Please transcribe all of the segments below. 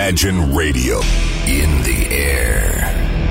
Imagine Radio in the air.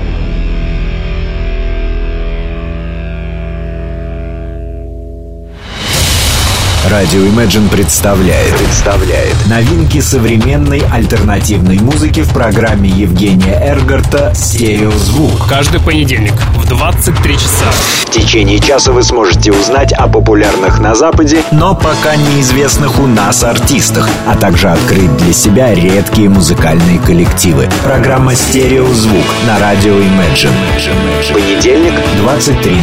Радио Imagine представляет новинки современной альтернативной музыки в программе Евгения Эргарта «Стереозвук». Каждый понедельник в 23 часа. В течение часа вы сможете узнать о популярных на Западе, но пока неизвестных у нас артистах, а также открыть для себя редкие музыкальные коллективы. Программа «Стереозвук» на радио Imagine. Понедельник, 23:00.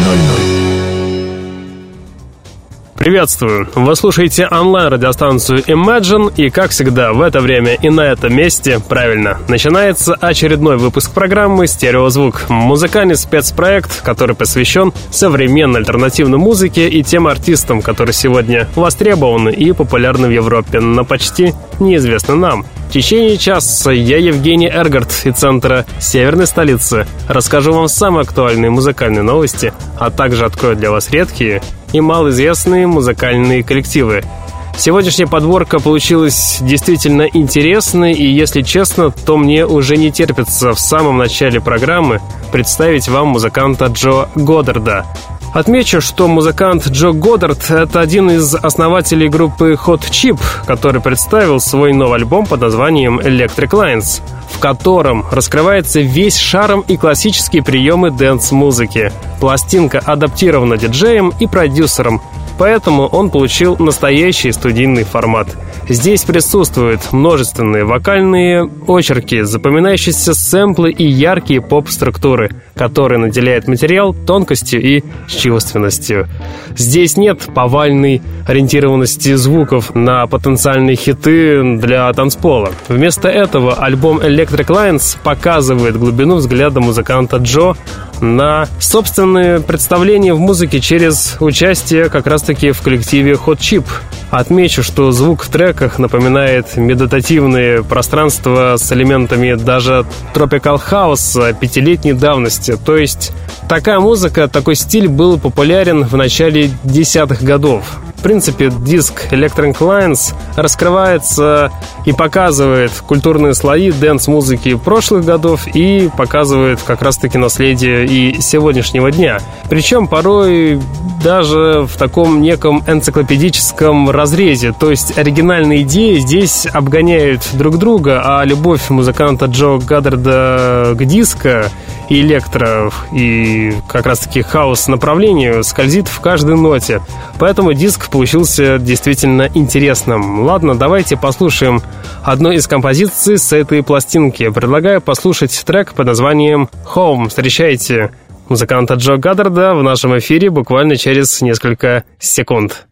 Приветствую! Вы слушаете онлайн-радиостанцию Imagine, и, как всегда, в это время и на этом месте, правильно, начинается очередной выпуск программы «Стереозвук». Музыкальный спецпроект, который посвящен современной альтернативной музыке и тем артистам, которые сегодня востребованы и популярны в Европе, но почти неизвестны нам. В течение часа я, Евгений Эргарт, из центра северной столицы, расскажу вам самые актуальные музыкальные новости, а также открою для вас редкие и малоизвестные музыкальные коллективы. Сегодняшняя подборка получилась действительно интересной, и, если честно, то мне уже не терпится в самом начале программы представить вам музыканта Джо Годдарда. Отмечу, что музыкант Джо Годдард — это один из основателей группы Hot Chip, который представил свой новый альбом под названием Electric Lines, в котором раскрывается весь шарм и классические приемы дэнс-музыки. Пластинка адаптирована диджеем и продюсером, поэтому он получил настоящий студийный формат. Здесь присутствуют множественные вокальные очерки, запоминающиеся сэмплы и яркие поп-структуры, которые наделяют материал тонкостью и чувственностью. Здесь нет повальной ориентированности звуков на потенциальные хиты для танцпола. Вместо этого альбом Electric Lines показывает глубину взгляда музыканта Джо на собственные представления в музыке через участие как раз-таки в коллективе Hot Chip. Отмечу, что звук в треках напоминает медитативные пространства с элементами даже Tropical House пятилетней давности. То есть такая музыка, такой стиль был популярен в начале 10-х годов. В принципе, диск Electric Lines раскрывается и показывает культурные слои дэнс-музыки прошлых годов и показывает как раз-таки наследие и сегодняшнего дня. Причем порой даже в таком неком энциклопедическом разрезе. То есть оригинальные идеи здесь обгоняют друг друга, а любовь музыканта Джо Годдарда к диско и электро, и как раз-таки хаос направлению скользит в каждой ноте. Поэтому диск получился действительно интересным. Ладно, давайте послушаем одну из композиций с этой пластинки. Предлагаю послушать трек под названием «Home». Встречайте музыканта Джо Годдарда в нашем эфире буквально через несколько секунд.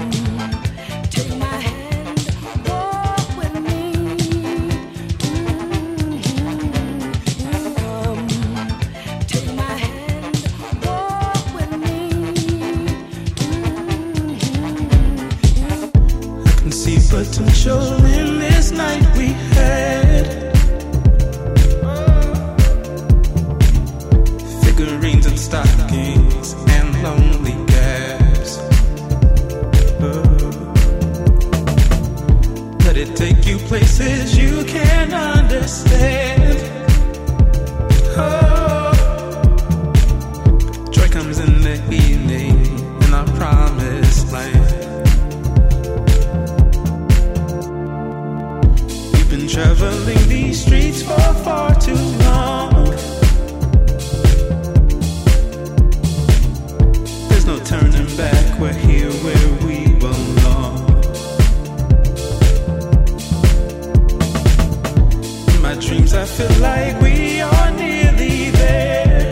Potential in this night we had. Figurines and stockings and lonely gaps. Let it take you places you can't understand. Joy comes in the evening in our promised land. Traveling these streets for far too long. There's no turning back, we're here where we belong. In my dreams I feel like we are nearly there.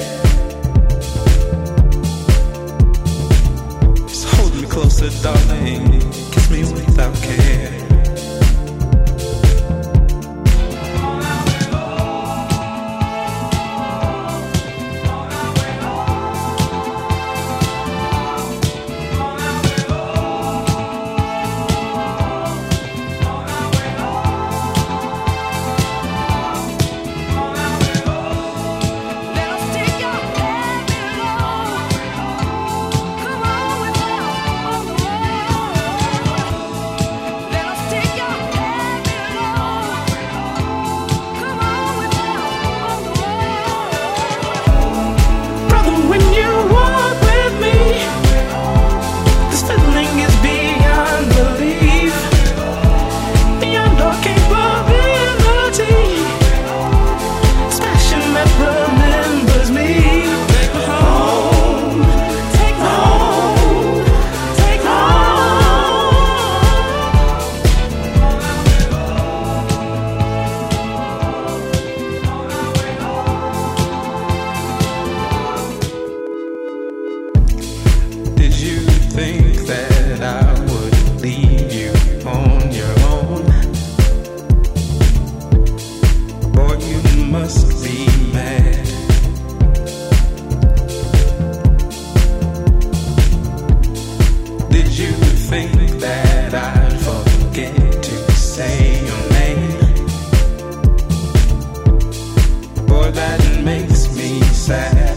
Just hold me closer, darling, kiss me without care. think that I would leave you on your own? Boy, you must be mad. Did you think that I'd forget to say your name? Boy, that makes me sad.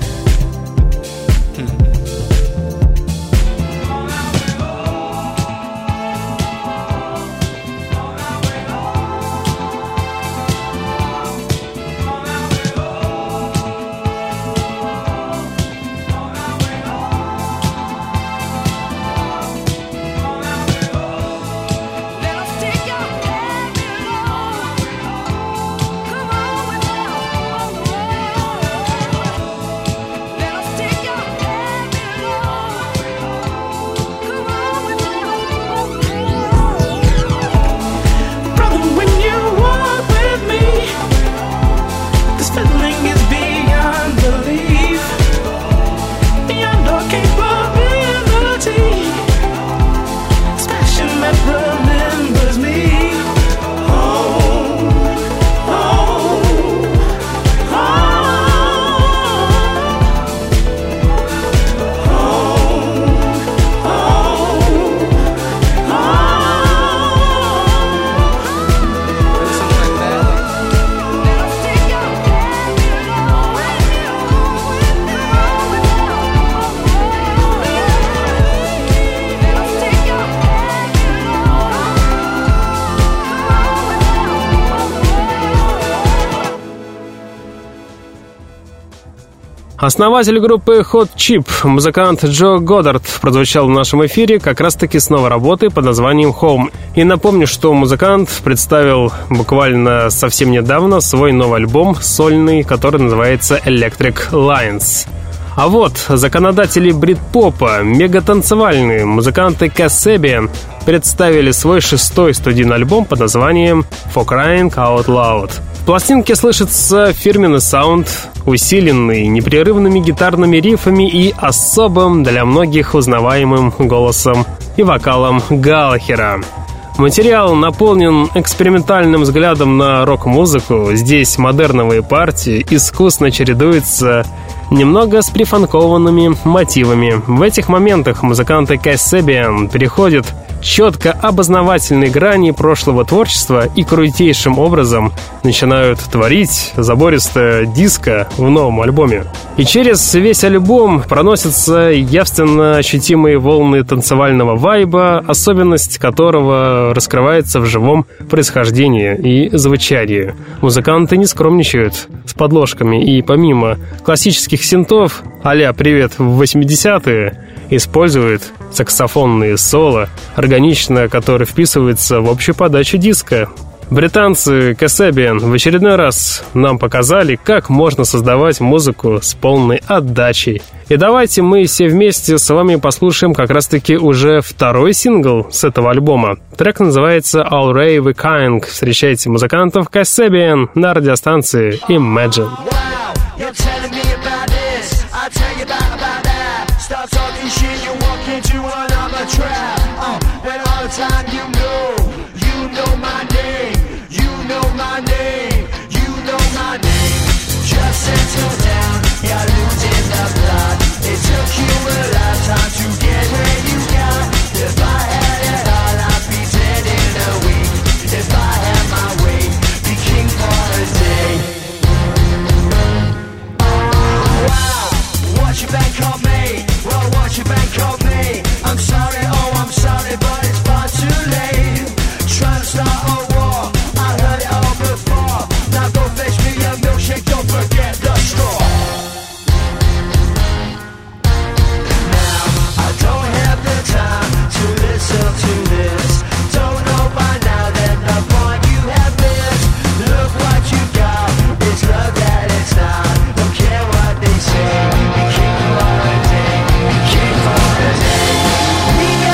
Основатель группы Hot Chip, музыкант Джо Годдард, прозвучал в нашем эфире как раз-таки с новой работы под названием Home. И напомню, что музыкант представил буквально совсем недавно свой новый альбом сольный, который называется Electric Lines. А вот законодатели брит-попа, мегатанцевальные музыканты Kasabian представили свой 6-й студийный альбом под названием For Crying Out Loud. В пластинке слышится фирменный саунд, усиленный непрерывными гитарными рифами и особым для многих узнаваемым голосом и вокалом Галлахера. Материал наполнен экспериментальным взглядом на рок-музыку. Здесь модерновые партии искусно чередуются немного с прифанкованными мотивами. В этих моментах музыканты Kasabian переходят четко обознавательные грани прошлого творчества и крутейшим образом начинают творить забористое диско в новом альбоме. И через весь альбом проносятся явственно ощутимые волны танцевального вайба, особенность которого раскрывается в живом происхождении и звучании. Музыканты не скромничают с подложками и помимо классических синтов а-ля «Привет в 80-е» используют саксофонные соло, органично которые вписываются в общую подачу диска. Британцы Kasabian в очередной раз нам показали, как можно создавать музыку с полной отдачей. И давайте мы все вместе с вами послушаем как раз-таки уже второй сингл с этого альбома. Трек называется Already We Kind. Встречайте музыкантов Kasabian на радиостанции Imagine. We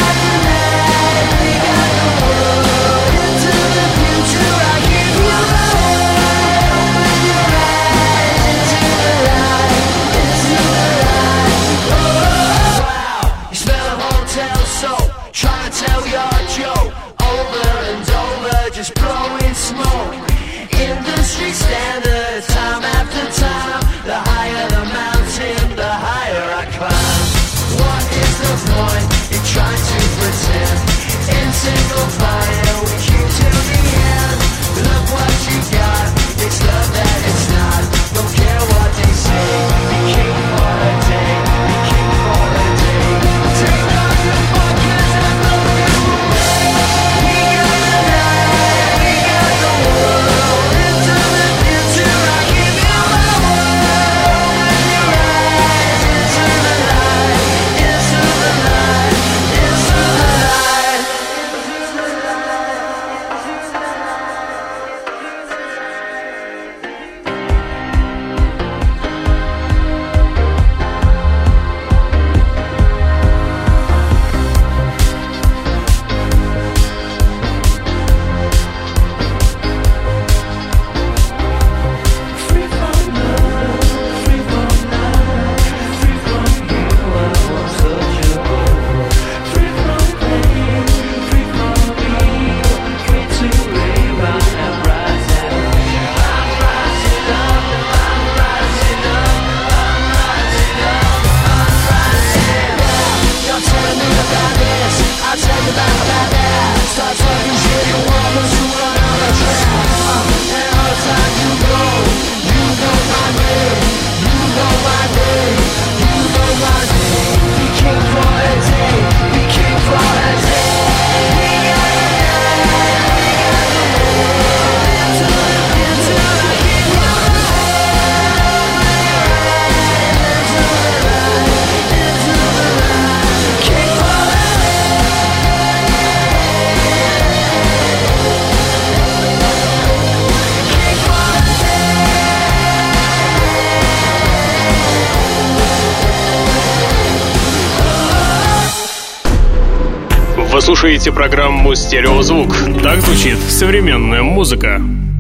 Вы слушаете программу «Стереозвук». Так звучит современная музыка.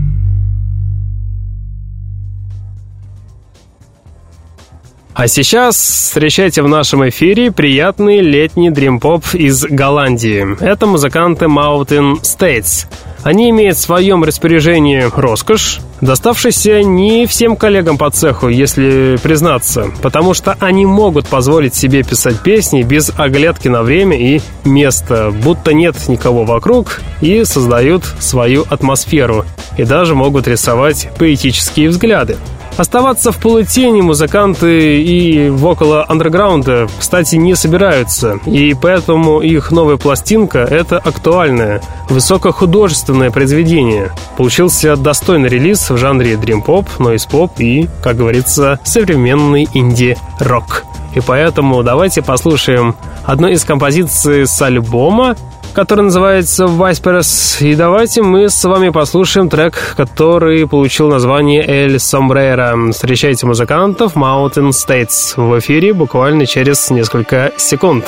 А сейчас встречайте в нашем эфире приятный летний дрим-поп из Голландии. Это музыканты Mountain States. Они имеют в своем распоряжении роскошь, доставшийся не всем коллегам по цеху, если признаться, потому что они могут позволить себе писать песни без оглядки на время и место, будто нет никого вокруг, и создают свою атмосферу, и даже могут рисовать поэтические взгляды. Оставаться в полутени музыканты и вокала андерграунда, кстати, не собираются, и поэтому их новая пластинка — это актуальное, высокохудожественное произведение. Получился достойный релиз в жанре дрим-поп, нойз-поп и, как говорится, современный инди-рок. И поэтому давайте послушаем одну из композиций с альбома, который называется «Vipers». И давайте мы с вами послушаем трек, который получил название «El Sombrero». Встречайте музыкантов Mountain States в эфире буквально через несколько секунд.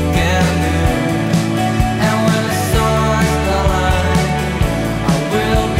Will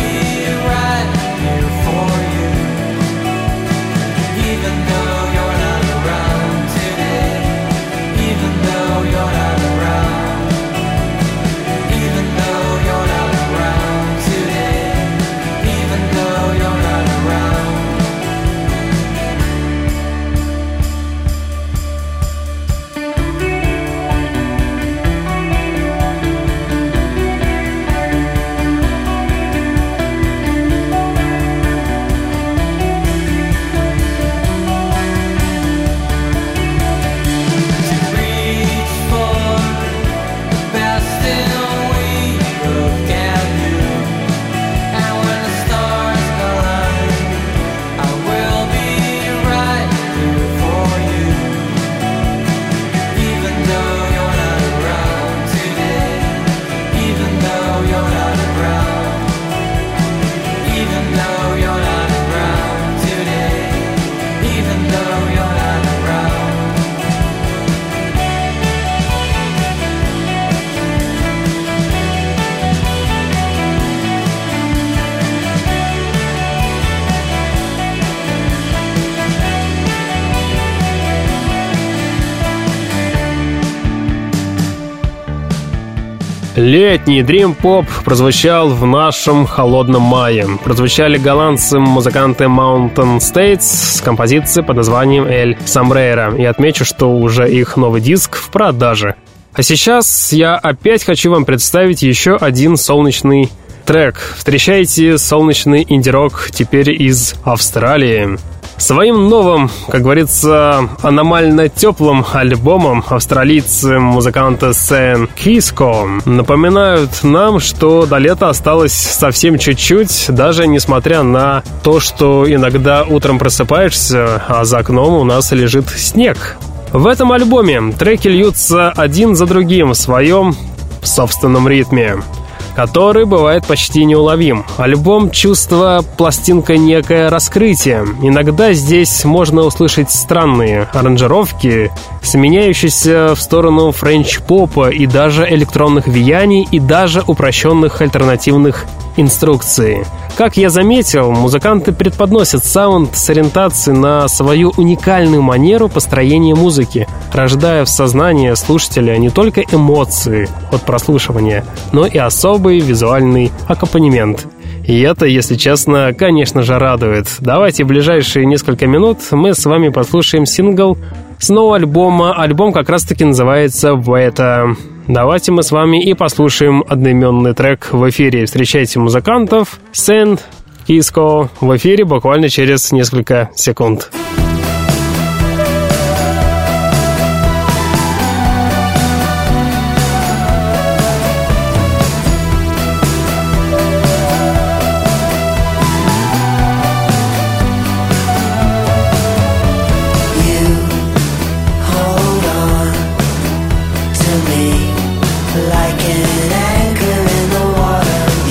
Летний дрим-поп прозвучал в нашем холодном мае. Прозвучали голландцы-музыканты Mountain States с композицией под названием «El Sombrero». И отмечу, что уже их новый диск в продаже. А сейчас я опять хочу вам представить еще один солнечный трек. Встречайте солнечный инди-рок теперь из Австралии. Своим новым, как говорится, аномально теплым альбомом австралийцы-музыканты Сэн Киско напоминают нам, что до лета осталось совсем чуть-чуть, даже несмотря на то, что иногда утром просыпаешься, а за окном у нас лежит снег. В этом альбоме треки льются один за другим в своем собственном ритме, который бывает почти неуловим. Альбом «Чувство», пластинка «Некое раскрытие». Иногда здесь можно услышать странные аранжировки, сменяющиеся в сторону френч-попа и даже электронных веяний, и даже упрощенных альтернативных инструкций. Как я заметил, музыканты преподносят саунд с ориентацией на свою уникальную манеру построения музыки, рождая в сознании слушателя не только эмоции от прослушивания, но и особый визуальный аккомпанемент. И это, если честно, конечно же радует. Давайте в ближайшие несколько минут мы с вами послушаем сингл с нового альбома. Альбом как раз-таки называется «Вета». Давайте мы с вами и послушаем одноименный трек в эфире. Встречайте музыкантов Сэн Киско в эфире буквально через несколько секунд.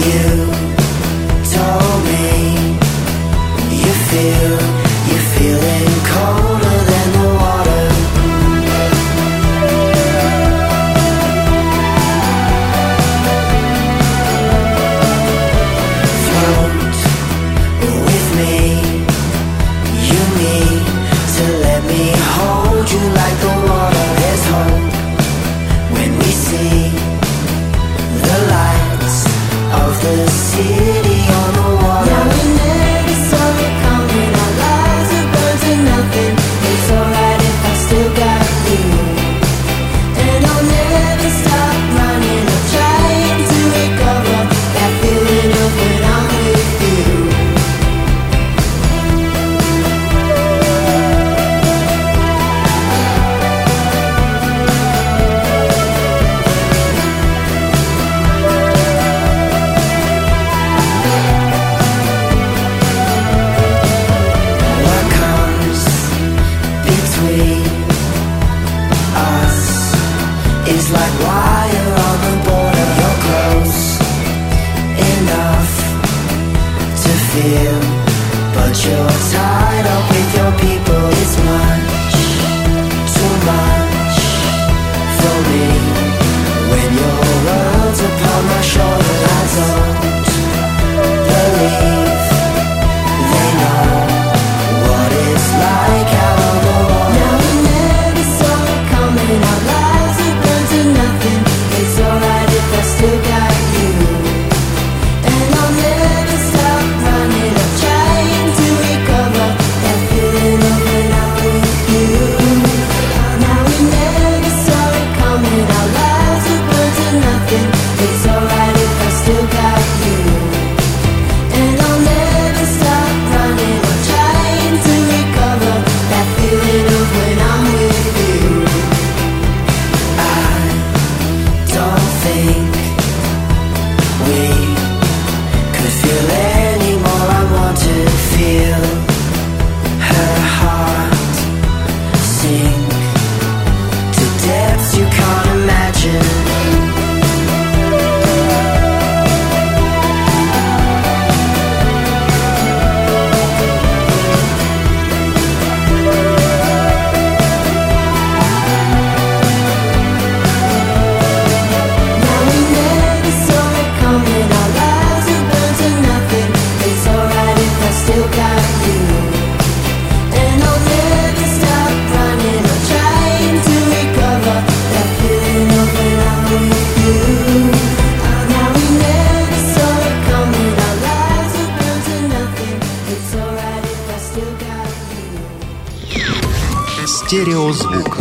Feel Стереозвук.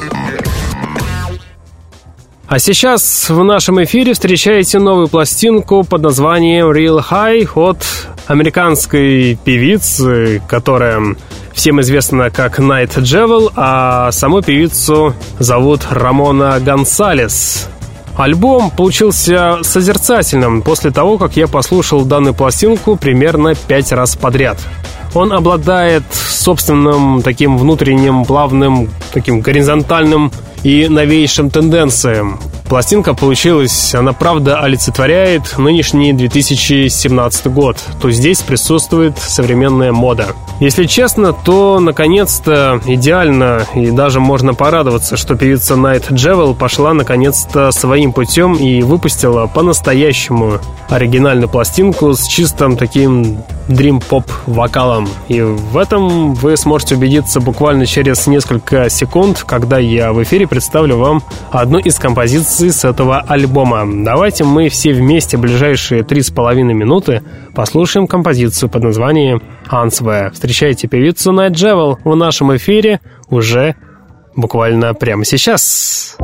А сейчас в нашем эфире встречаете новую пластинку под названием Real High от американской певицы, которая всем известна как Night Jewel, а саму певицу зовут Рамона Гонсалес. Альбом получился созерцательным после того, как я послушал данную пластинку примерно 5 раз подряд. Он обладает собственным таким внутренним, плавным, таким горизонтальным и новейшим тенденциям. Пластинка получилась, она правда олицетворяет нынешний 2017 год. То здесь присутствует современная мода. Если честно, то наконец-то идеально и даже можно порадоваться, что певица Night Jewel пошла наконец-то своим путем и выпустила по-настоящему оригинальную пластинку с чистым таким дрим-поп вокалом. И в этом вы сможете убедиться буквально через несколько секунд, когда я в эфире представлю вам одну из композиций с этого альбома. Давайте мы все вместе ближайшие 3,5 минуты послушаем композицию под названием Answer. Встречайте певицу Night Jewel в нашем эфире уже буквально прямо сейчас.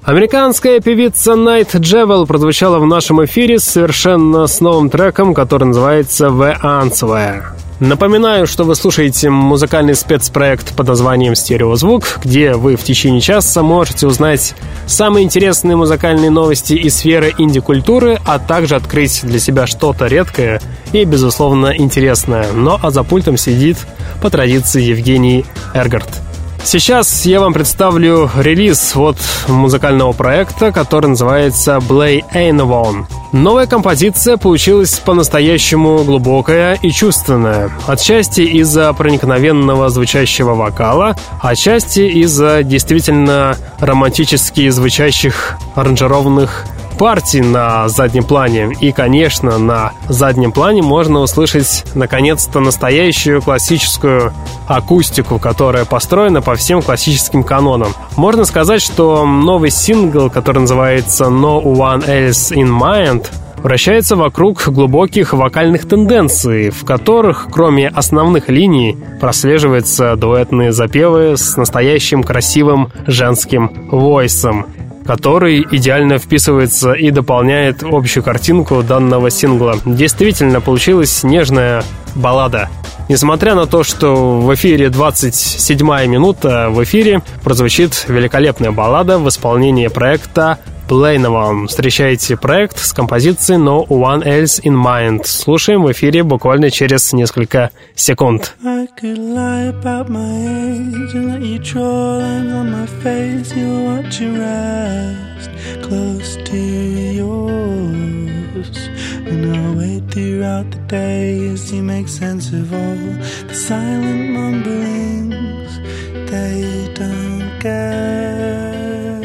Американская певица Night Jewel прозвучала в нашем эфире совершенно с новым треком, который называется The Answer. Напоминаю, что вы слушаете музыкальный спецпроект под названием «Стереозвук», где вы в течение часа можете узнать самые интересные музыкальные новости из сферы инди-культуры, а также открыть для себя что-то редкое и, безусловно, интересное. Ну а за пультом сидит, по традиции, Евгений Эргард. Сейчас я вам представлю релиз от музыкального проекта, который называется Blay Ain't. Новая композиция получилась по-настоящему глубокая и чувственная. Отчасти из-за проникновенного звучащего вокала, отчасти из-за действительно романтически звучащих аранжированных партий на заднем плане. И, конечно, на заднем плане можно услышать, наконец-то, настоящую классическую акустику, которая построена по всем классическим канонам. Можно сказать, что новый сингл, который называется No One Else in Mind, вращается вокруг глубоких вокальных тенденций, в которых, кроме основных линий, прослеживаются дуэтные запевы с настоящим красивым женским войсом, который идеально вписывается и дополняет общую картинку данного сингла. Действительно, получилась нежная баллада. Несмотря на то, что в эфире 27-я минута, в эфире прозвучит великолепная баллада в исполнении проекта Blay Ain't. Встречайте проект с композицией No One Else in Mind. Слушаем в эфире буквально через несколько секунд. I could lie about my age and let you draw lines on my face. You watch your eyes close to yours, and I'll wait throughout the day as you make sense of all the silent mumblings they don't get.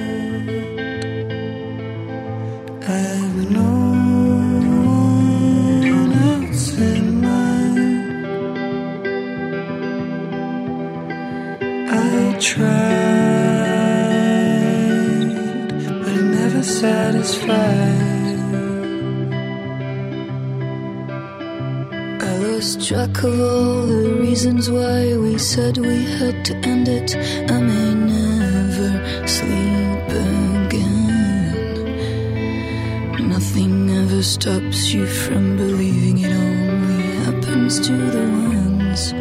I've no one else in mind. I tried, but it never satisfied. I lost track of all the reasons why we said we had to end it. I may never sleep again. Nothing ever stops you from believing. It only happens to the ones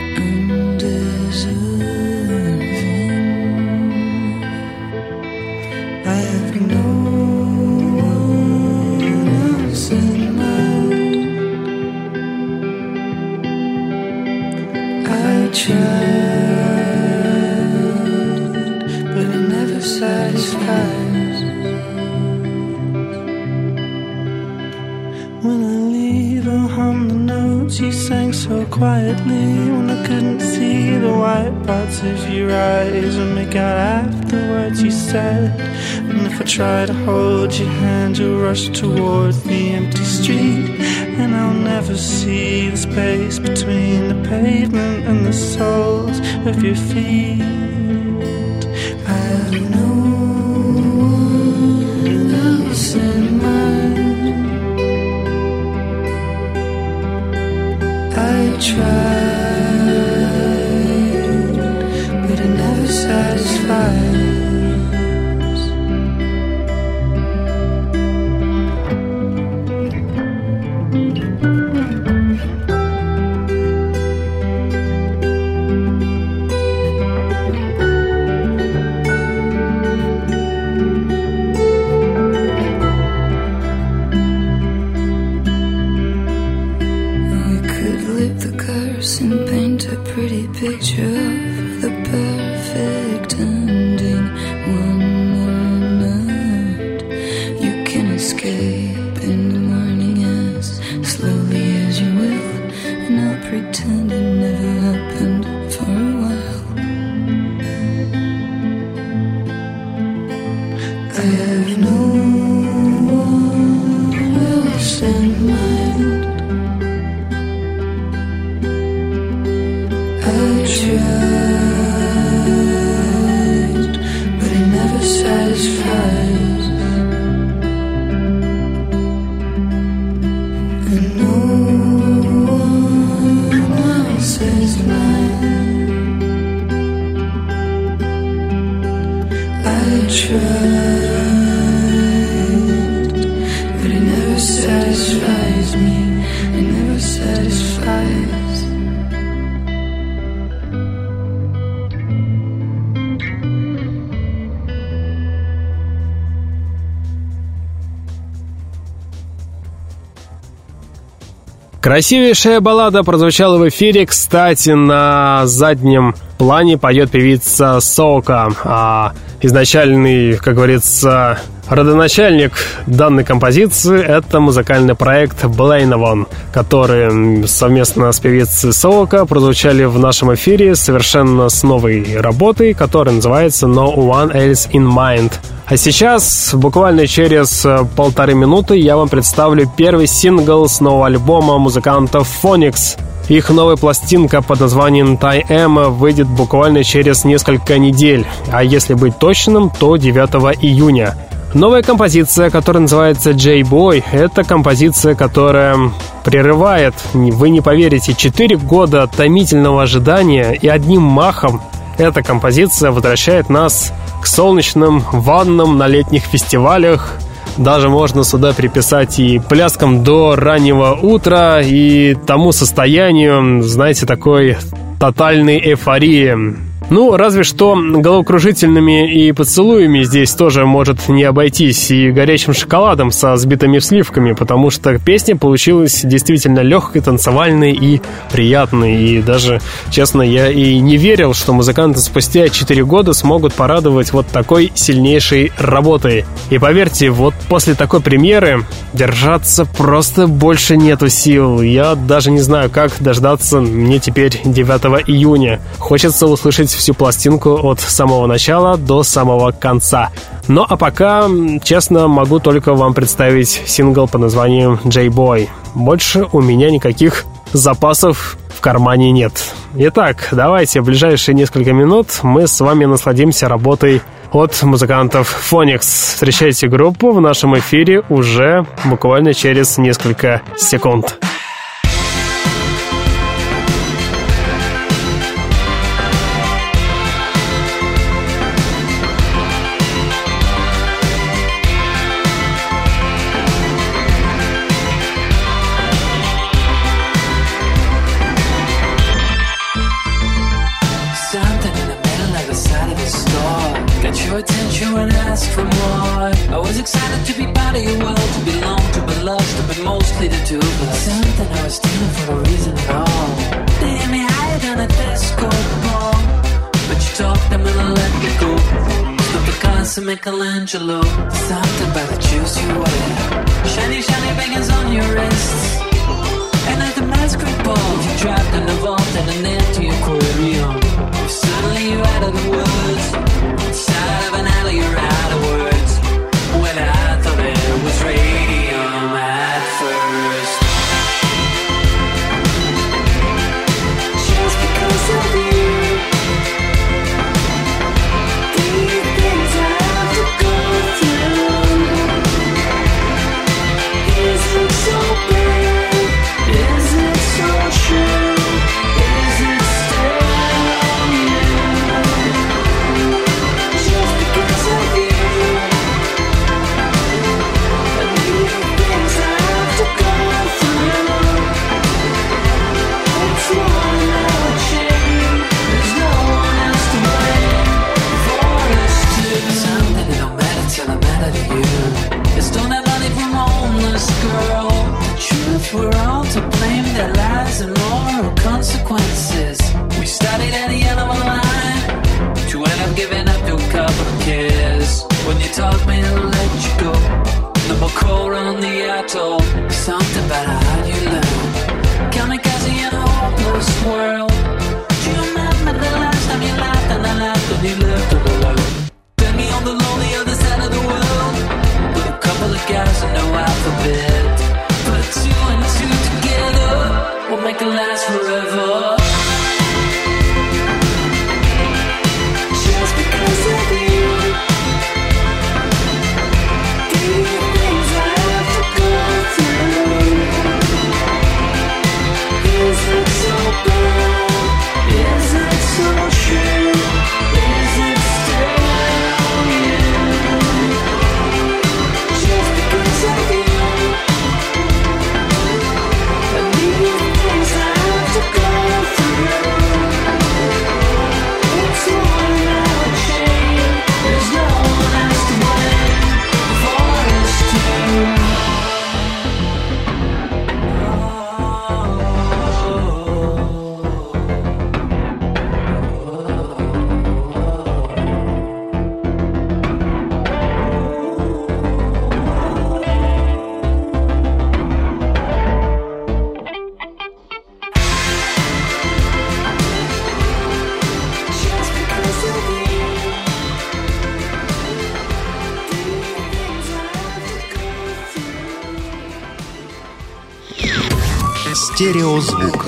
undeserving. I have no one else in mind. I tried, but it never satisfies. When I leave, I'll hum the notes you sang so quietly. When I couldn't see the white parts of your eyes, or make out half the words you said. And if I try to hold your hand, you'll rush towards the empty street, and I'll never see the space between the pavement and the soles of your feet. I have no one else in mind. I tried, but it never satisfies. And paint a pretty picture of the perfect ending. One more night you can escape in the morning as slowly as you will, and I'll pretend it never happened for a while. I have no one else in mind. I tried, but it never satisfies. And no one else is mine. I tried, but it never satisfies me. It never satisfies. Красивейшая баллада прозвучала в эфире. Кстати, на заднем плане поет певица Соука, а изначальный, как говорится, родоначальник данной композиции — это музыкальный проект Блейновон, который совместно с певицей Соука прозвучали в нашем эфире совершенно с новой работой, которая называется No One Else in Mind. А сейчас, буквально через 1,5 минуты, я вам представлю первый сингл с нового альбома музыкантов Phonics. Их новая пластинка под названием Tie M выйдет буквально через несколько недель, а если быть точным, то 9 июня. Новая композиция, которая называется J-Boy, это композиция, которая прерывает, вы не поверите, 4 года томительного ожидания, и одним махом эта композиция возвращает нас к солнечным ваннам на летних фестивалях. Даже можно сюда приписать и пляскам до раннего утра, и тому состоянию, знаете, такой тотальной эйфории. Ну, разве что головокружительными и поцелуями здесь тоже может не обойтись, и горячим шоколадом со взбитыми сливками, потому что песня получилась действительно легкой, танцевальной и приятной. И даже, честно, я и не верил, что музыканты спустя 4 года смогут порадовать вот такой сильнейшей работой. И поверьте, вот после такой премьеры держаться просто больше нету сил. Я даже не знаю, как дождаться мне теперь 9 июня. Хочется услышать всю пластинку от самого начала до самого конца. Ну а пока, честно, могу только вам представить сингл под названием J-Boy. Больше у меня никаких запасов в кармане нет. Итак, давайте в ближайшие несколько минут мы с вами насладимся работой от музыкантов Phonics. Встречайте группу в нашем эфире уже буквально через несколько секунд. Excited to be part of your world, to belong, to be loved, to be mostly the two of us. Something I was doing for no reason at all. They hit me higher than a disco ball, but you talked them and I let me go. Stop the cars to Michelangelo. Something about the shoes you wear, shiny, shiny bangers on your wrists, and at the masquerade ball, you trapped in the vault and an empty aquarium. Suddenly you're out of the woods, inside of an alley you're out of words. When I thought it was radium at first. Just because of you, these things I have to go through. Is it so bad? Is it so true? Is it still you? Just because of you. We're all to blame, their lies and moral consequences. We started at the end of a line to end up giving up to a couple of kids. When you taught me to let you go, no more cold on the atoll. Something about how you learn. Kamikaze in a hopeless world. Do you remember the last time you laughed and I laughed when you left all alone? Tell me on the lonely other side of the world, with a couple of guys and no alphabet. Put 2 and 2 together, we'll make it last forever. Just because of you, these things I have to go through. Is it so bad? Стереозвук.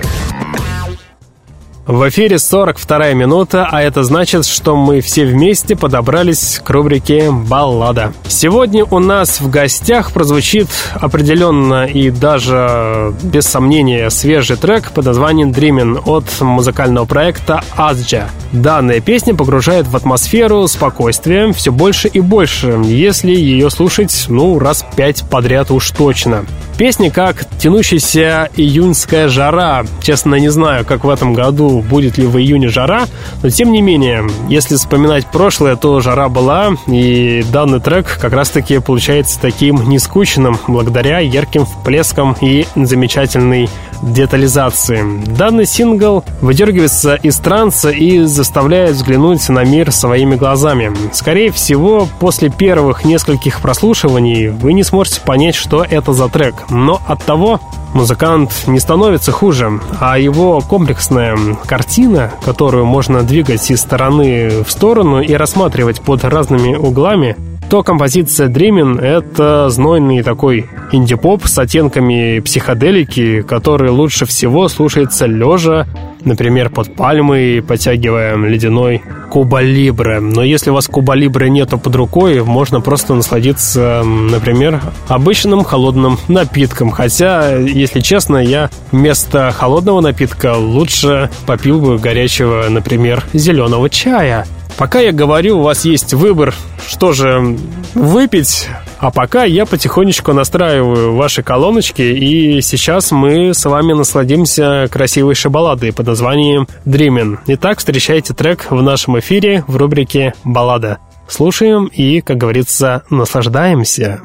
В эфире 42-я минута, а это значит, что мы все вместе подобрались к рубрике «Баллада». Сегодня у нас в гостях прозвучит определенно и даже без сомнения свежий трек под названием «Dreamin' от музыкального проекта «Asja». Данная песня погружает в атмосферу спокойствия все больше и больше, если ее слушать, раз 5 подряд уж точно. Песня как тянущаяся июньская жара. Честно, не знаю, как в этом году, будет ли в июне жара, но тем не менее, если вспоминать прошлое, то жара была, и данный трек как раз-таки получается таким нескучным благодаря ярким всплескам и замечательной детализации. Данный сингл выдергивается из транса и заставляет взглянуть на мир своими глазами. Скорее всего, после первых нескольких прослушиваний вы не сможете понять, что это за трек, но оттого музыкант не становится хуже, а его комплексная картина, которую можно двигать из стороны в сторону и рассматривать под разными углами, то композиция «Dreamin' — это знойный такой инди-поп с оттенками психоделики, который лучше всего слушается лежа, например, под пальмой, подтягивая ледяной Куба Либре. Но если у вас Куба Либре нету под рукой, можно просто насладиться, например, обычным холодным напитком. Хотя, если честно, я вместо холодного напитка лучше попил бы горячего, например, зеленого чая. Пока я говорю, у вас есть выбор, что же выпить, а пока я потихонечку настраиваю ваши колоночки, и сейчас мы с вами насладимся красивейшей балладой под названием «Dreamin'». Итак, встречайте трек в нашем эфире в рубрике «Баллада». Слушаем и, как говорится, наслаждаемся.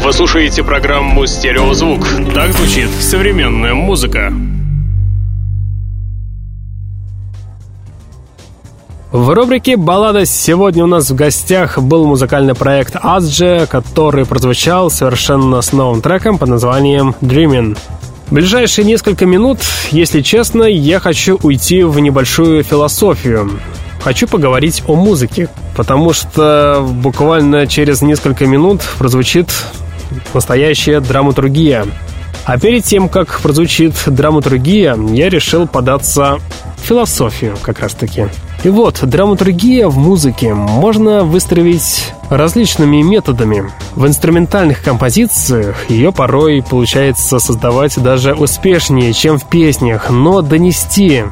Вы слушаете программу «Стереозвук». Так звучит современная музыка. В рубрике «Баллада» сегодня у нас в гостях был музыкальный проект Asje, который прозвучал совершенно с новым треком под названием «Dreamin'». В ближайшие несколько минут, если честно, я хочу уйти в небольшую философию. Хочу поговорить о музыке, потому что буквально через несколько минут прозвучит настоящая драматургия. А перед тем, как прозвучит драматургия, я решил податься в философию как раз-таки. И вот, драматургия в музыке можно выстроить различными методами. В инструментальных композициях ее порой получается создавать даже успешнее, чем в песнях, но донести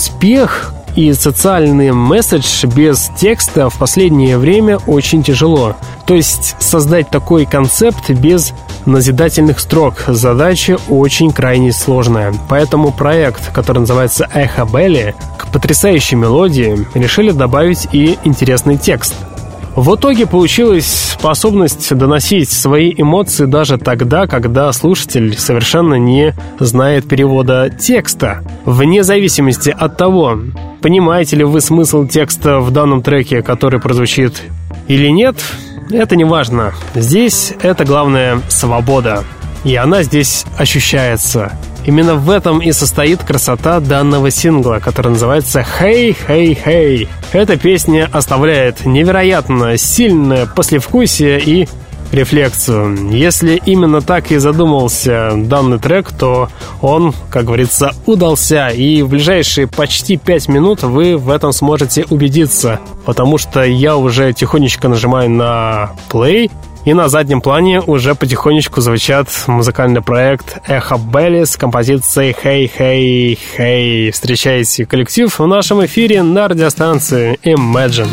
успех и социальный месседж без текста в последнее время очень тяжело. То есть создать такой концепт без назидательных строк задача очень крайне сложная. Поэтому проект, который называется «Эхо Белли», к потрясающей мелодии решили добавить и интересный текст. В итоге получилась способность доносить свои эмоции даже тогда, когда слушатель совершенно не знает перевода текста. Вне зависимости от того, понимаете ли вы смысл текста в данном треке, который прозвучит, или нет, это не важно. Здесь это главное свобода. И она здесь ощущается. Именно в этом и состоит красота данного сингла, который называется «Hey, hey, hey». Эта песня оставляет невероятно сильное послевкусие и рефлексию. Если именно так и задумался данный трек, то он, как говорится, удался. И в ближайшие почти 5 минут вы в этом сможете убедиться, потому что я уже тихонечко нажимаю на play, и на заднем плане уже потихонечку звучат музыкальный проект «Эхо Белли» с композицией «Hey, hey, hey». Встречайте коллектив в нашем эфире на радиостанции Imagine.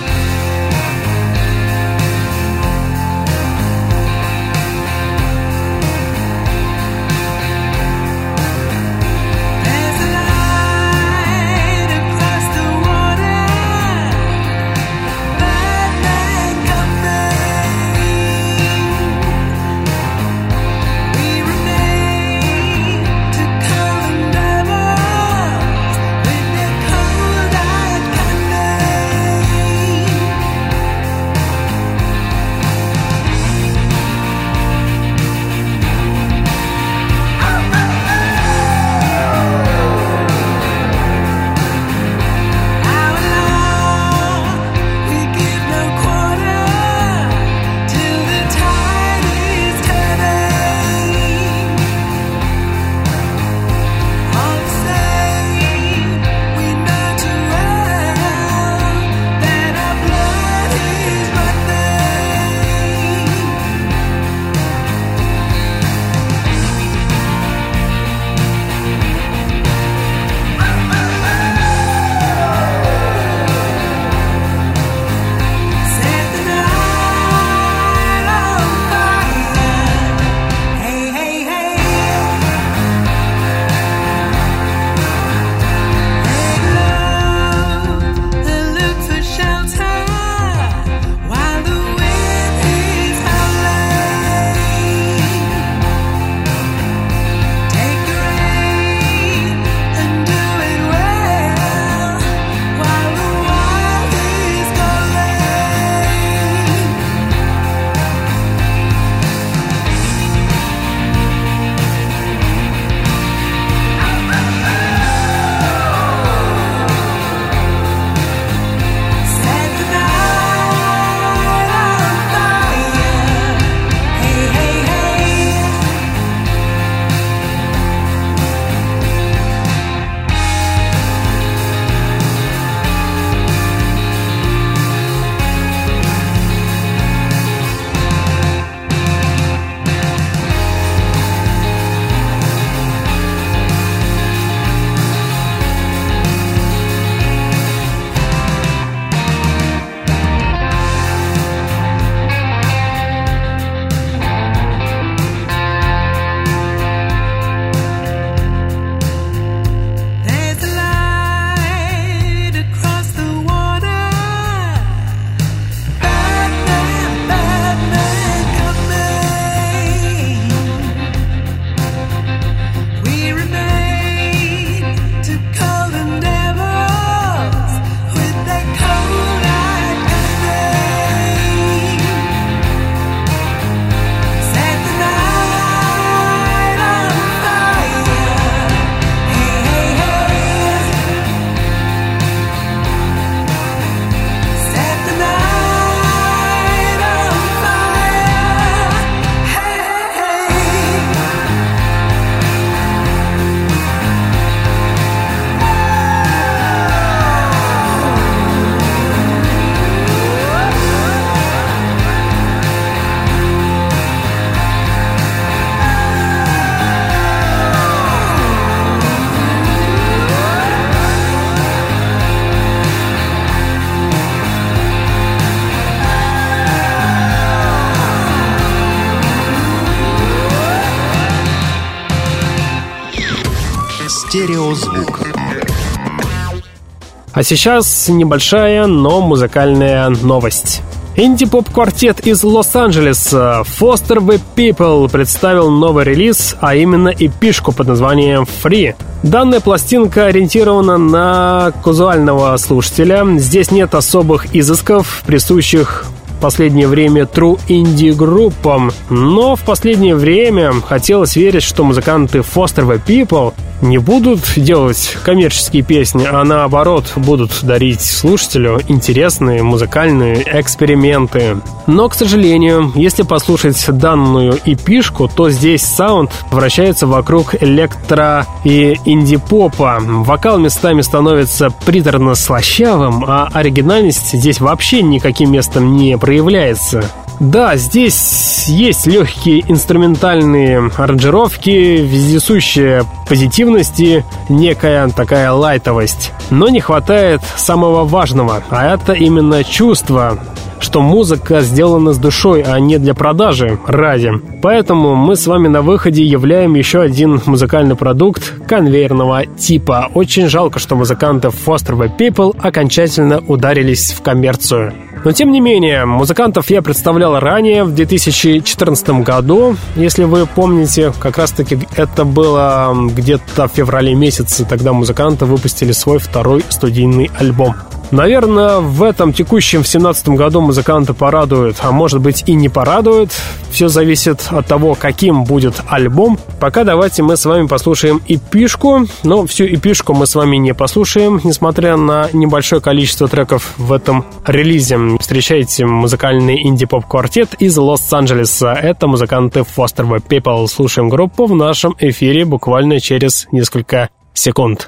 With the cold eyed candle Стереозвук. А сейчас небольшая, но музыкальная новость. Инди-поп-квартет из Лос-Анджелеса Foster the People представил новый релиз, а именно эпишку под названием Free. Данная пластинка ориентирована на казуального слушателя. Здесь нет особых изысков, присущих в последнее время true инди-группам. Но в последнее время хотелось верить, что музыканты Foster the People не будут делать коммерческие песни, а наоборот будут дарить слушателю интересные музыкальные эксперименты. Но, к сожалению, если послушать данную эпишку, то здесь саунд вращается вокруг электро- и инди-попа. Вокал местами становится приторно-слащавым, а оригинальность здесь вообще никаким местом не проявляется. Да, здесь есть легкие инструментальные аранжировки, вездесущая позитивность и некая такая лайтовость. Но не хватает самого важного, а это именно чувство, что музыка сделана с душой, а не для продажи ради. Поэтому мы с вами на выходе являем еще один музыкальный продукт конвейерного типа. Очень жалко, что музыканты Foster the People окончательно ударились в коммерцию. Но тем не менее, музыкантов я представлял ранее, в 2014 году. Если вы помните, как раз-таки это было где-то в феврале месяце. Тогда музыканты выпустили свой второй студийный альбом. Наверное, в этом текущем, в 2017 году музыканты порадуют, а может быть и не порадуют. Все зависит от того, каким будет альбом. Пока давайте мы с вами послушаем эпишку. Но всю эпишку мы с вами не послушаем, несмотря на небольшое количество треков в этом релизе. Встречайте музыкальный инди-поп-квартет из Лос-Анджелеса. Это музыканты Foster the People. Слушаем группу в нашем эфире буквально через несколько секунд.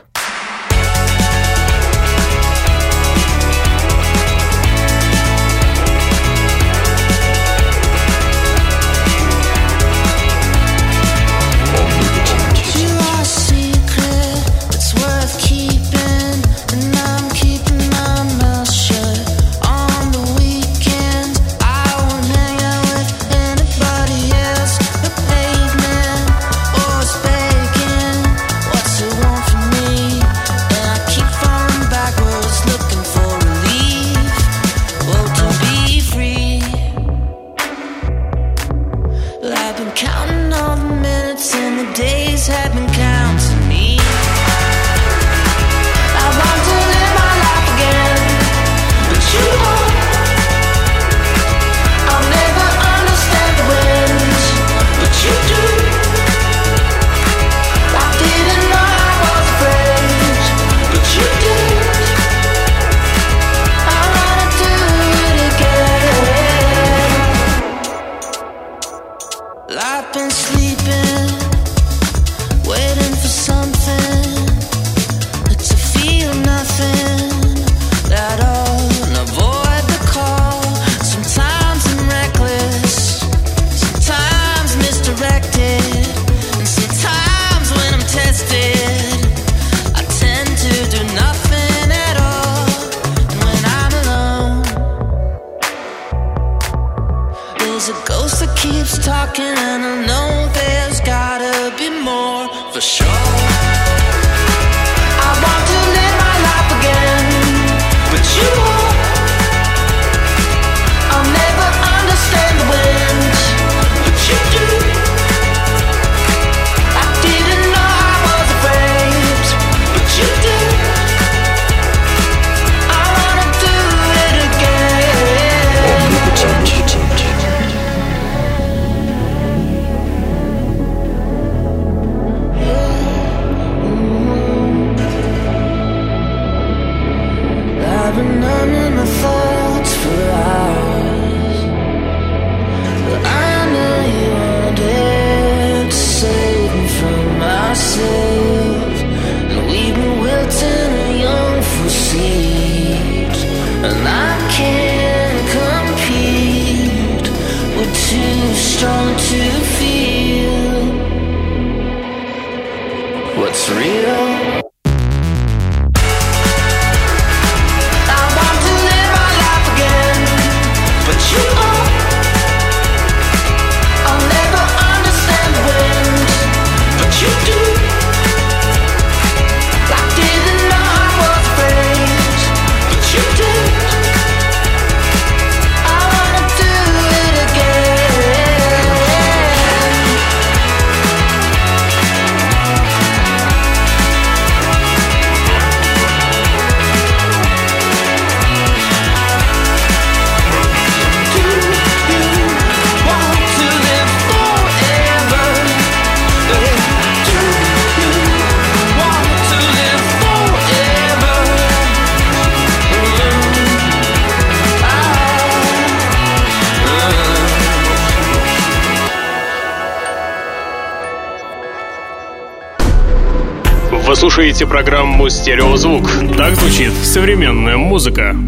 Вы слушаете программу «Стереозвук». Так звучит современная музыка.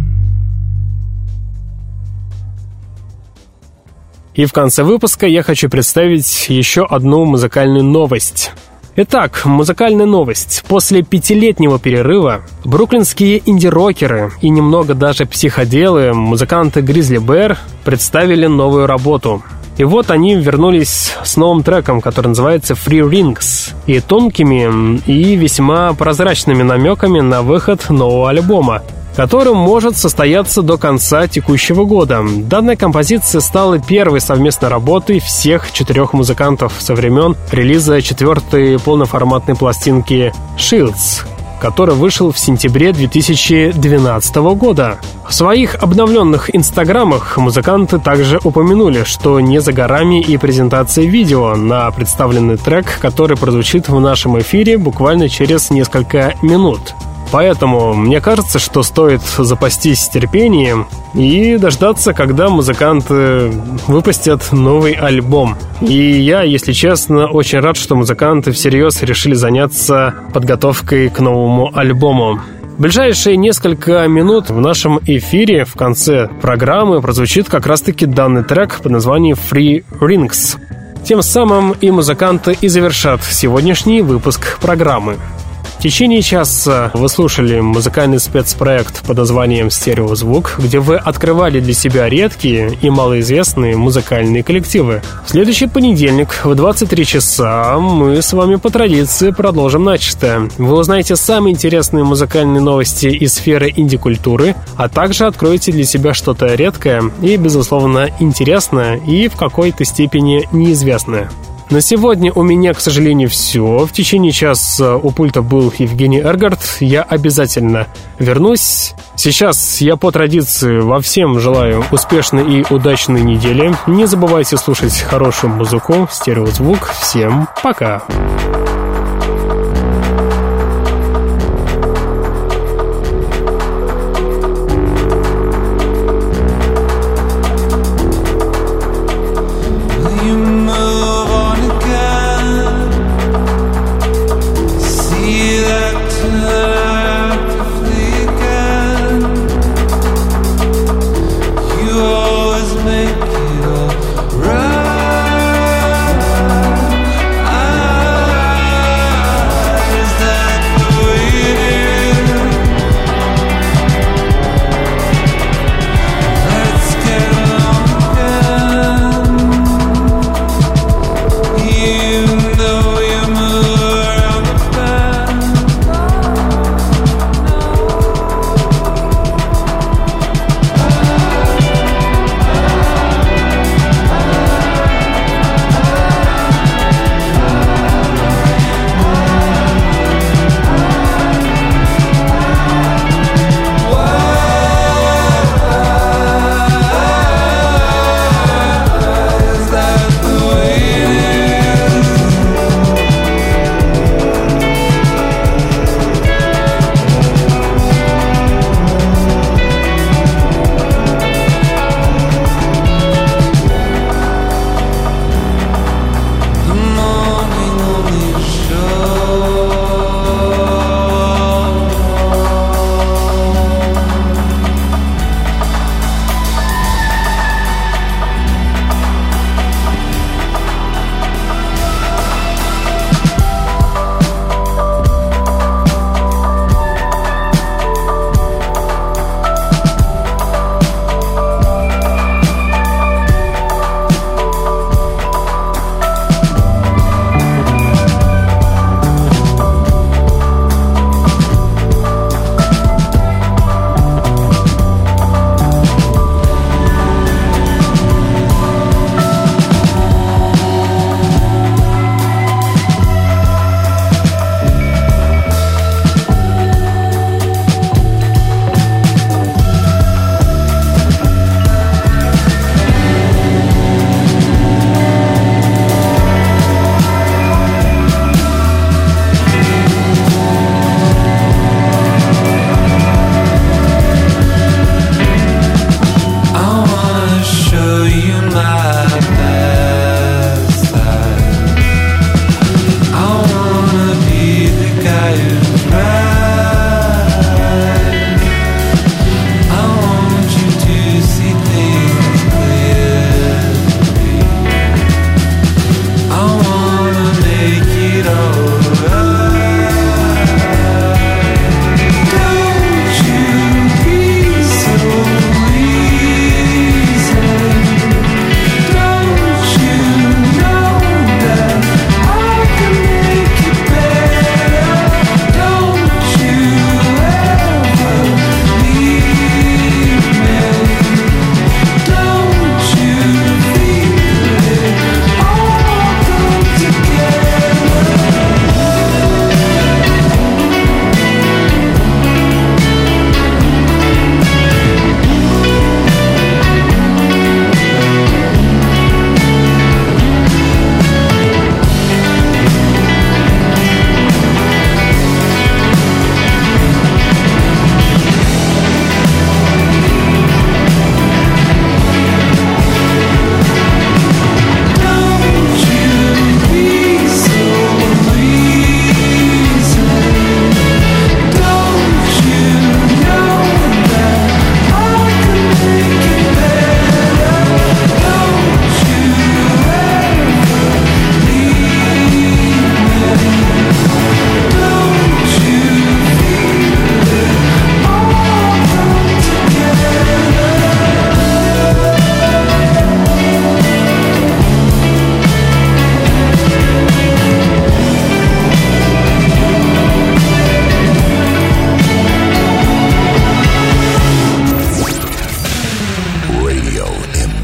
И в конце выпуска я хочу представить еще одну музыкальную новость. Итак, музыкальная новость. После 5-летнего перерыва бруклинские инди-рокеры и немного даже психоделы, музыканты Grizzly Bear, представили новую работу. И вот они вернулись с новым треком, который называется Free Rings, и тонкими и весьма прозрачными намеками на выход нового альбома, который может состояться до конца текущего года. Данная композиция стала первой совместной работой всех 4 музыкантов со времен релиза 4-й полноформатной пластинки Shields, который вышел в сентябре 2012 года. В своих обновленных инстаграмах музыканты также упомянули, что не за горами и презентация видео на представленный трек, который прозвучит в нашем эфире буквально через несколько минут. Поэтому мне кажется, что стоит запастись терпением и дождаться, когда музыканты выпустят новый альбом. И я, если честно, очень рад, что музыканты всерьез решили заняться подготовкой к новому альбому. В ближайшие несколько минут в нашем эфире в конце программы прозвучит как раз-таки данный трек под названием Free Rings. Тем самым и музыканты и завершат сегодняшний выпуск программы. В течение часа вы слушали музыкальный спецпроект под названием «Стереозвук», где вы открывали для себя редкие и малоизвестные музыкальные коллективы. В следующий понедельник в 23 часа мы с вами по традиции продолжим начатое. Вы узнаете самые интересные музыкальные новости из сферы инди-культуры, а также откроете для себя что-то редкое и, безусловно, интересное и в какой-то степени неизвестное. На сегодня у меня, к сожалению, все. В течение часа у пульта был Евгений Эргард. Я обязательно вернусь. Сейчас я по традиции во всем желаю успешной и удачной недели. Не забывайте слушать хорошую музыку, стереозвук. Всем пока! Make it all right.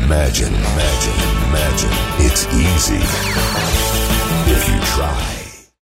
Imagine.